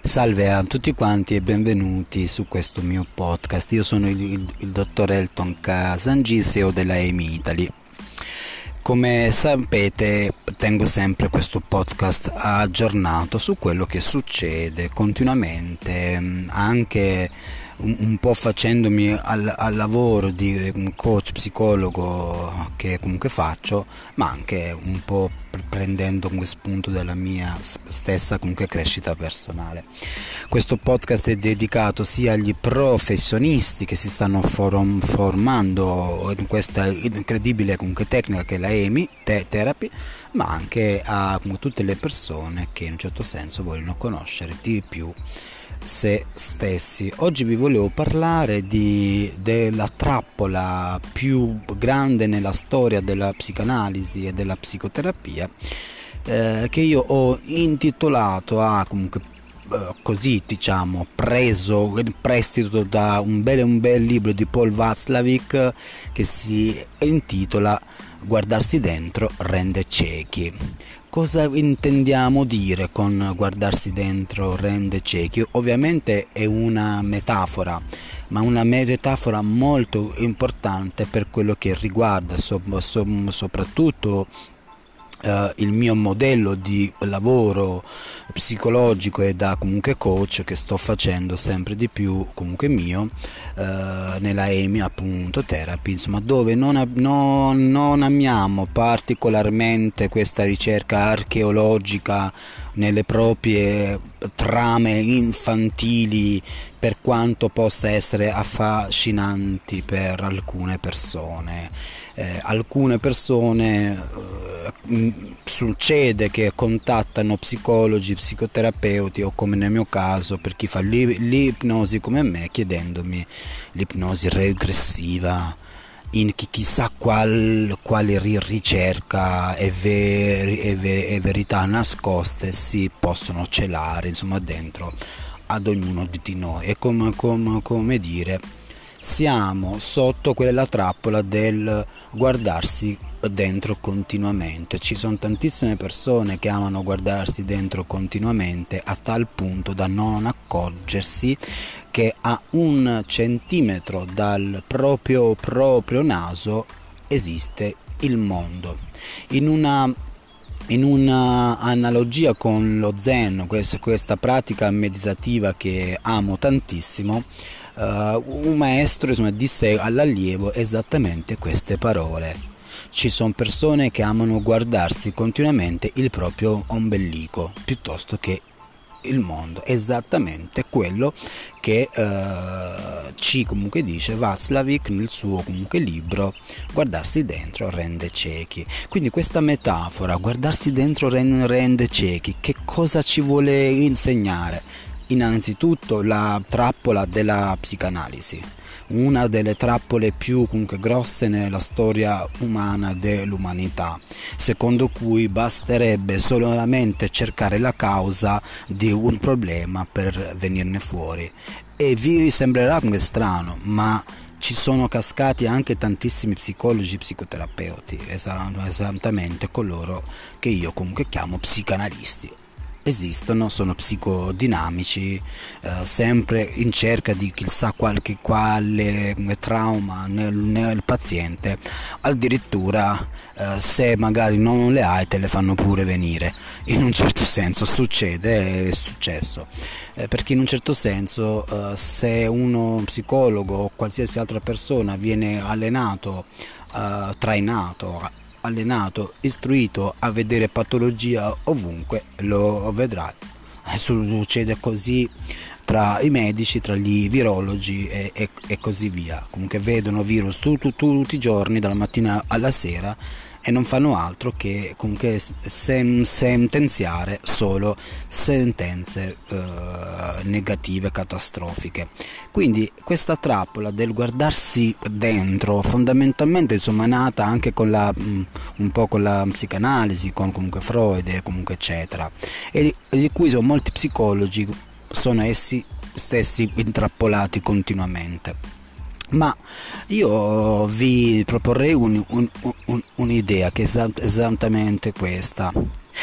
Salve a tutti quanti e benvenuti su questo mio podcast. Io sono il dottor Elton Casangi, CEO della EMI Italy. Come sapete, tengo sempre questo podcast aggiornato su quello che succede continuamente, anche un po' facendomi al lavoro di coach psicologo che comunque faccio, ma anche un po' prendendo come spunto dalla mia stessa comunque crescita personale. Questo podcast è dedicato sia agli professionisti che si stanno formando in questa incredibile comunque tecnica che è la EMI Therapy, ma anche a tutte le persone che in un certo senso vogliono conoscere di più se stessi. Oggi vi volevo parlare della trappola più grande nella storia della psicanalisi e della psicoterapia, che io ho intitolato così diciamo preso in prestito da un bel libro di Paul Watzlawick che si intitola Guardarsi dentro rende ciechi. Cosa intendiamo dire con guardarsi dentro rende ciechi? Ovviamente è una metafora, ma una metafora molto importante per quello che riguarda soprattutto il mio modello di lavoro psicologico e da comunque coach che sto facendo sempre di più comunque mio nella EMI appunto Therapy, insomma, dove non amiamo particolarmente questa ricerca archeologica nelle proprie trame infantili, per quanto possa essere affascinanti per alcune persone. Alcune persone succede che contattano psicologi, psicoterapeuti o come nel mio caso per chi fa l'ipnosi come me, chiedendomi l'ipnosi regressiva in chissà quale ricerca e verità nascoste si possono celare insomma dentro ad ognuno di noi. E come dire, siamo sotto quella trappola del guardarsi dentro continuamente. Ci sono tantissime persone che amano guardarsi dentro continuamente a tal punto da non accorgersi che a 1 centimetro dal proprio naso esiste il mondo. In una analogia con lo Zen, questa pratica meditativa che amo tantissimo, un maestro insomma disse all'allievo esattamente queste parole: ci sono persone che amano guardarsi continuamente il proprio ombelico piuttosto che il mondo, esattamente quello che ci comunque dice Watzlawick nel suo comunque libro Guardarsi dentro rende ciechi. Quindi questa metafora, guardarsi dentro rende ciechi, che cosa ci vuole insegnare? Innanzitutto la trappola della psicanalisi, una delle trappole più comunque grosse nella storia umana dell'umanità, secondo cui basterebbe solamente cercare la causa di un problema per venirne fuori. E vi sembrerà strano, ma ci sono cascati anche tantissimi psicologi, psicoterapeuti, esattamente coloro che io comunque chiamo psicanalisti. Esistono, sono psicodinamici, sempre in cerca di chissà quale trauma nel paziente, addirittura se magari non le hai te le fanno pure venire. In un certo senso succede, è successo, perché in un certo senso se uno psicologo o qualsiasi altra persona viene allenato, istruito a vedere patologia ovunque, lo vedrà. Succede così tra i medici, tra gli virologi e così via. Comunque vedono virus tutti i giorni, dalla mattina alla sera, e non fanno altro che comunque sentenziare solo sentenze negative, catastrofiche. Quindi questa trappola del guardarsi dentro, fondamentalmente insomma è nata anche con un po' con la psicanalisi, con comunque Freud e comunque eccetera, e di cui sono molti psicologi sono essi stessi intrappolati continuamente. Ma io vi proporrei un'idea che è esattamente questa.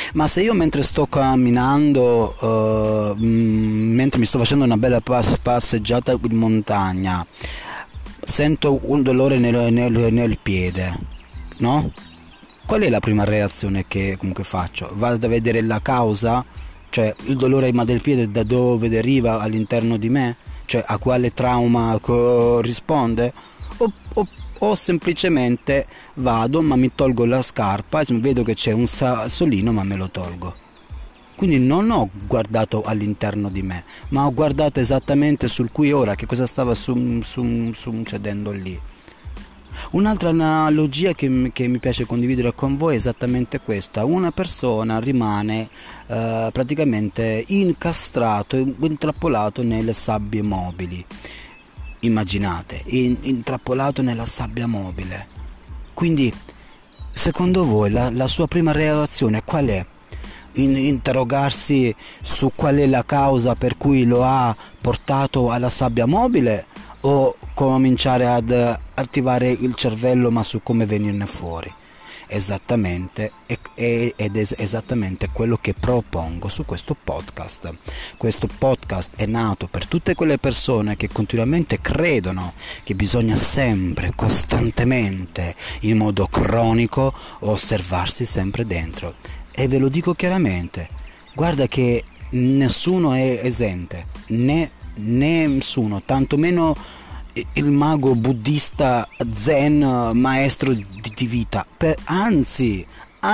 Ma se io mentre sto camminando, mentre mi sto facendo una bella passeggiata in montagna, sento un dolore nel piede, no? Qual è la prima reazione che comunque faccio? Vado a vedere la causa? Cioè il dolore ma del piede da dove deriva all'interno di me? Cioè a quale trauma corrisponde? O semplicemente vado ma mi tolgo la scarpa e vedo che c'è un sassolino ma me lo tolgo. Quindi non ho guardato all'interno di me, ma ho guardato esattamente sul qui ora, che cosa stava succedendo lì. Un'altra analogia che mi piace condividere con voi è esattamente questa. Una persona rimane praticamente incastrato, intrappolato nelle sabbie mobili. Immaginate, intrappolato nella sabbia mobile. Quindi, secondo voi, la sua prima reazione qual è? Interrogarsi su qual è la causa per cui lo ha portato alla sabbia mobile, o cominciare ad attivare il cervello ma su come venirne fuori? Esattamente, ed è esattamente quello che propongo su questo podcast. Questo podcast è nato per tutte quelle persone che continuamente credono che bisogna sempre, costantemente, in modo cronico, osservarsi sempre dentro. E ve lo dico chiaramente, guarda che nessuno è esente, né nessuno, tantomeno il mago buddista zen, maestro di vita. Anzi,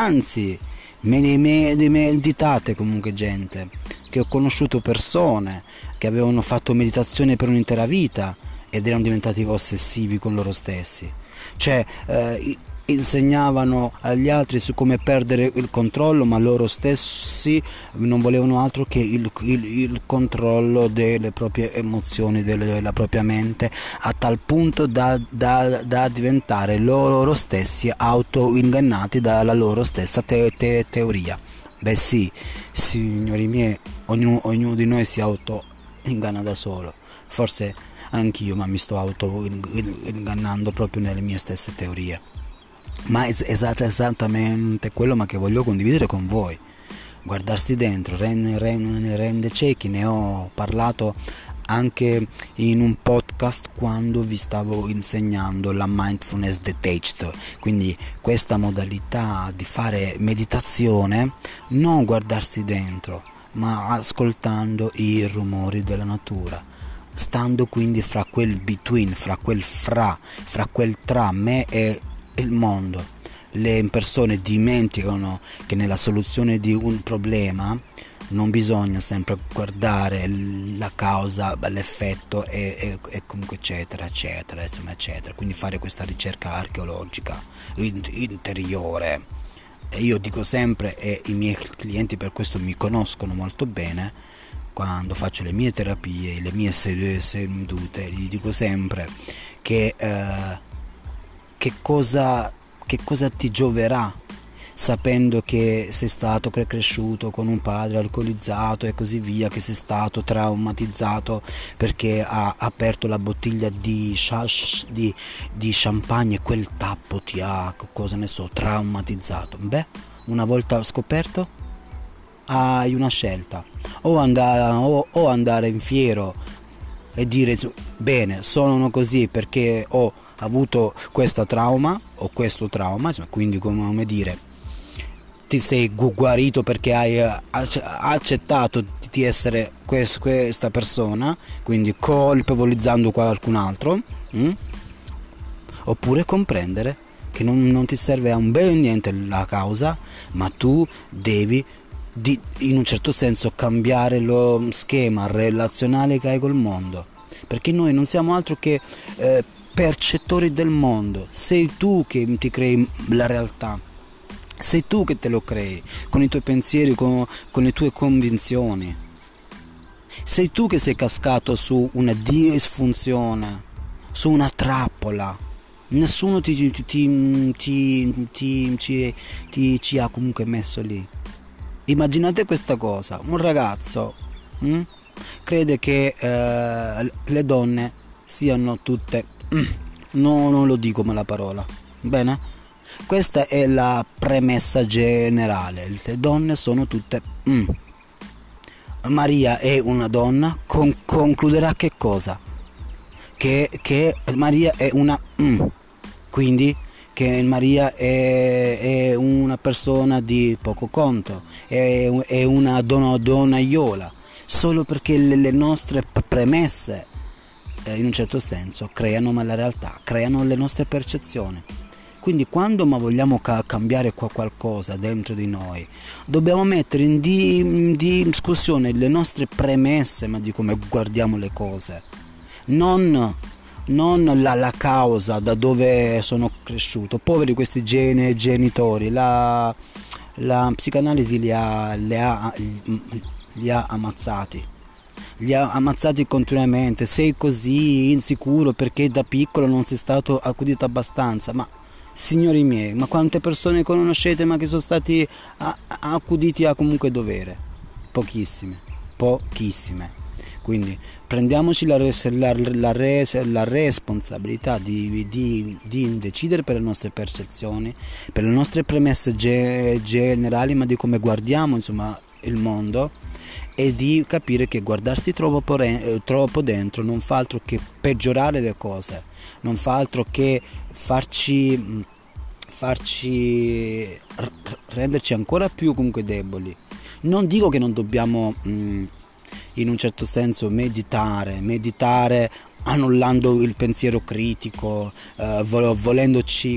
meditate comunque, gente, che ho conosciuto persone che avevano fatto meditazione per un'intera vita ed erano diventati ossessivi con loro stessi. Cioè, insegnavano agli altri su come perdere il controllo, ma loro stessi non volevano altro che il controllo delle proprie emozioni, della propria mente, a tal punto da diventare loro stessi autoingannati dalla loro stessa teoria. Beh sì, signori miei, ognuno di noi si autoinganna da solo. Forse anch'io, ma mi sto autoingannando proprio nelle mie stesse teorie. Ma è esattamente quello che voglio condividere con voi. Guardarsi dentro rende ciechi. Ne ho parlato anche in un podcast quando vi stavo insegnando la mindfulness detached, quindi questa modalità di fare meditazione, non guardarsi dentro ma ascoltando i rumori della natura, stando quindi fra quel between, fra quel tra me e il mondo. Le persone dimenticano che nella soluzione di un problema non bisogna sempre guardare la causa, l'effetto e comunque eccetera, insomma, eccetera. Quindi fare questa ricerca archeologica interiore. E io dico sempre, e i miei clienti per questo mi conoscono molto bene, quando faccio le mie terapie, le mie sedute, gli dico sempre che cosa ti gioverà sapendo che sei stato cresciuto con un padre alcolizzato e così via, che sei stato traumatizzato perché ha aperto la bottiglia di champagne e quel tappo ti ha, cosa ne so, traumatizzato. Beh, una volta scoperto hai una scelta, o andare in fiero e dire bene, sono così perché ho avuto questo trauma o questo trauma, insomma, quindi come dire, ti sei guarito perché hai accettato di essere questa persona, quindi colpevolizzando qualcun altro, oppure comprendere che non ti serve a un bel niente la causa, ma tu devi in un certo senso cambiare lo schema relazionale che hai col mondo, perché noi non siamo altro che percettori del mondo. Sei tu che ti crei la realtà, sei tu che te lo crei con i tuoi pensieri, con le tue convinzioni. Sei tu che sei cascato su una disfunzione, su una trappola. Nessuno ci ha comunque messo lì. Immaginate questa cosa: un ragazzo crede che le donne siano tutte, no, non lo dico ma la parola, bene? Questa è la premessa generale. Le donne sono tutte Maria è una donna, concluderà che cosa? Che Maria è una quindi che Maria è una persona di poco conto, è una donnaiola, solo perché le nostre premesse in un certo senso creano la realtà, creano le nostre percezioni. Quindi quando vogliamo cambiare qualcosa dentro di noi, dobbiamo mettere in discussione le nostre premesse, ma di come guardiamo le cose, non la causa da dove sono cresciuto. Poveri questi genitori, la psicanalisi li ha ammazzati. Li ha ammazzati continuamente. Sei così insicuro perché da piccolo non sei stato accudito abbastanza. Ma signori miei, ma quante persone conoscete ma che sono stati accuditi a comunque dovere? Pochissime. Quindi prendiamoci la responsabilità di decidere per le nostre percezioni, per le nostre premesse generali, ma di come guardiamo insomma il mondo, e di capire che guardarsi troppo dentro non fa altro che peggiorare le cose, non fa altro che farci renderci ancora più comunque deboli. Non dico che non dobbiamo in un certo senso meditare annullando il pensiero critico, volendoci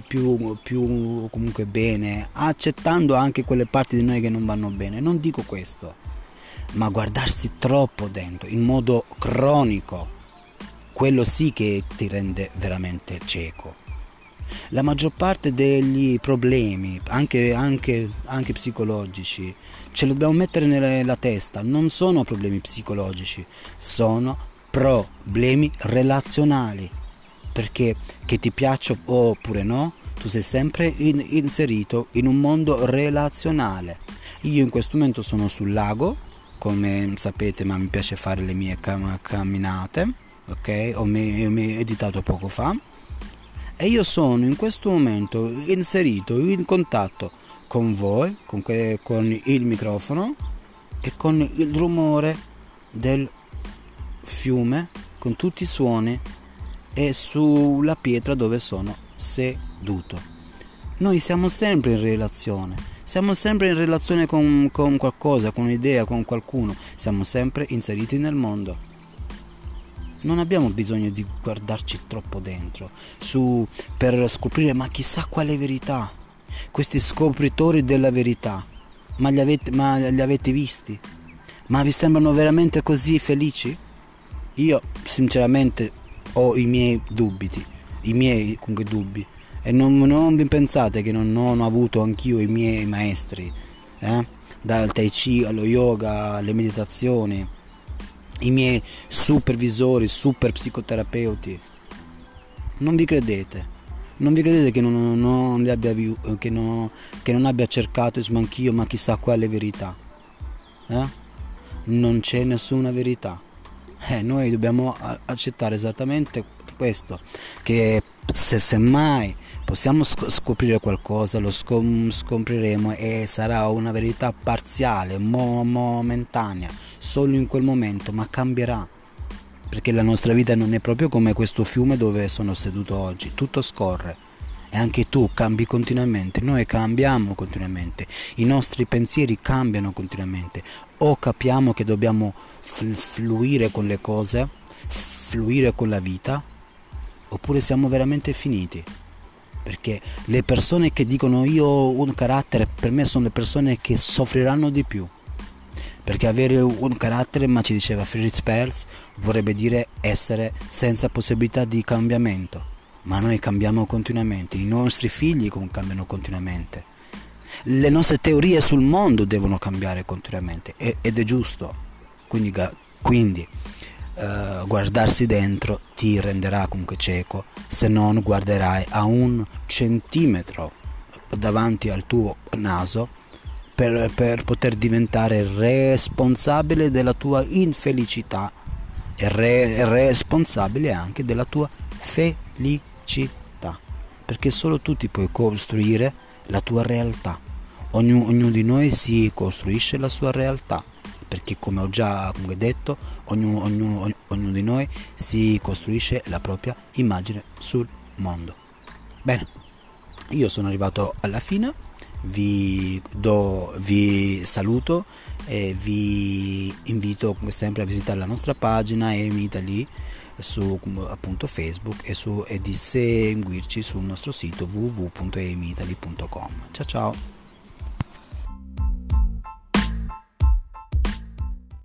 più comunque bene, accettando anche quelle parti di noi che non vanno bene. Non dico questo, ma guardarsi troppo dentro in modo cronico, quello sì che ti rende veramente cieco. La maggior parte degli problemi, anche psicologici, ce li dobbiamo mettere nella testa. Non sono problemi psicologici, sono problemi relazionali, perché che ti piaccia oppure no, tu sei sempre inserito in un mondo relazionale. Io in questo momento sono sul lago, come sapete, ma mi piace fare le mie camminate, ok? Ho meditato poco fa. E io sono in questo momento inserito in contatto con voi, con il microfono e con il rumore del fiume, con tutti i suoni e sulla pietra dove sono seduto. Noi siamo sempre in relazione con qualcosa, con un'idea, con qualcuno, siamo sempre inseriti nel mondo. Non abbiamo bisogno di guardarci troppo dentro per scoprire ma chissà quale verità. Questi scopritori della verità, ma li avete visti? Ma vi sembrano veramente così felici? Io sinceramente ho i miei dubbi, comunque dubbi, e non vi pensate che non ho avuto anch'io i miei maestri, dal Tai Chi allo yoga, alle meditazioni, i miei supervisori, super psicoterapeuti. Non vi credete che non li abbia che non abbia cercato insomma anch'io, ma chissà quale verità. Non c'è nessuna verità. Noi dobbiamo accettare esattamente questo, che se mai possiamo scoprire qualcosa, lo scopriremo, e sarà una verità parziale, momentanea, solo in quel momento, ma cambierà, perché la nostra vita non è proprio come questo fiume dove sono seduto oggi. Tutto scorre e anche tu cambi continuamente, noi cambiamo continuamente, i nostri pensieri cambiano continuamente. O capiamo che dobbiamo fluire con le cose, fluire con la vita, oppure siamo veramente finiti. Perché le persone che dicono io ho un carattere, per me sono le persone che soffriranno di più. Perché avere un carattere, ma ci diceva Fritz Perls, vorrebbe dire essere senza possibilità di cambiamento. Ma noi cambiamo continuamente, i nostri figli cambiano continuamente, le nostre teorie sul mondo devono cambiare continuamente, ed è giusto. Quindi guardarsi dentro ti renderà comunque cieco se non guarderai a 1 centimetro davanti al tuo naso per poter diventare responsabile della tua infelicità e responsabile anche della tua felicità, perché solo tu ti puoi costruire la tua realtà. Ognuno di noi si costruisce la sua realtà, perché come ho già comunque detto, ognuno di noi si costruisce la propria immagine sul mondo. Bene, io sono arrivato alla fine, vi saluto e vi invito come sempre a visitare la nostra pagina AM Italy su appunto Facebook e di seguirci sul nostro sito www.amitaly.com. Ciao ciao!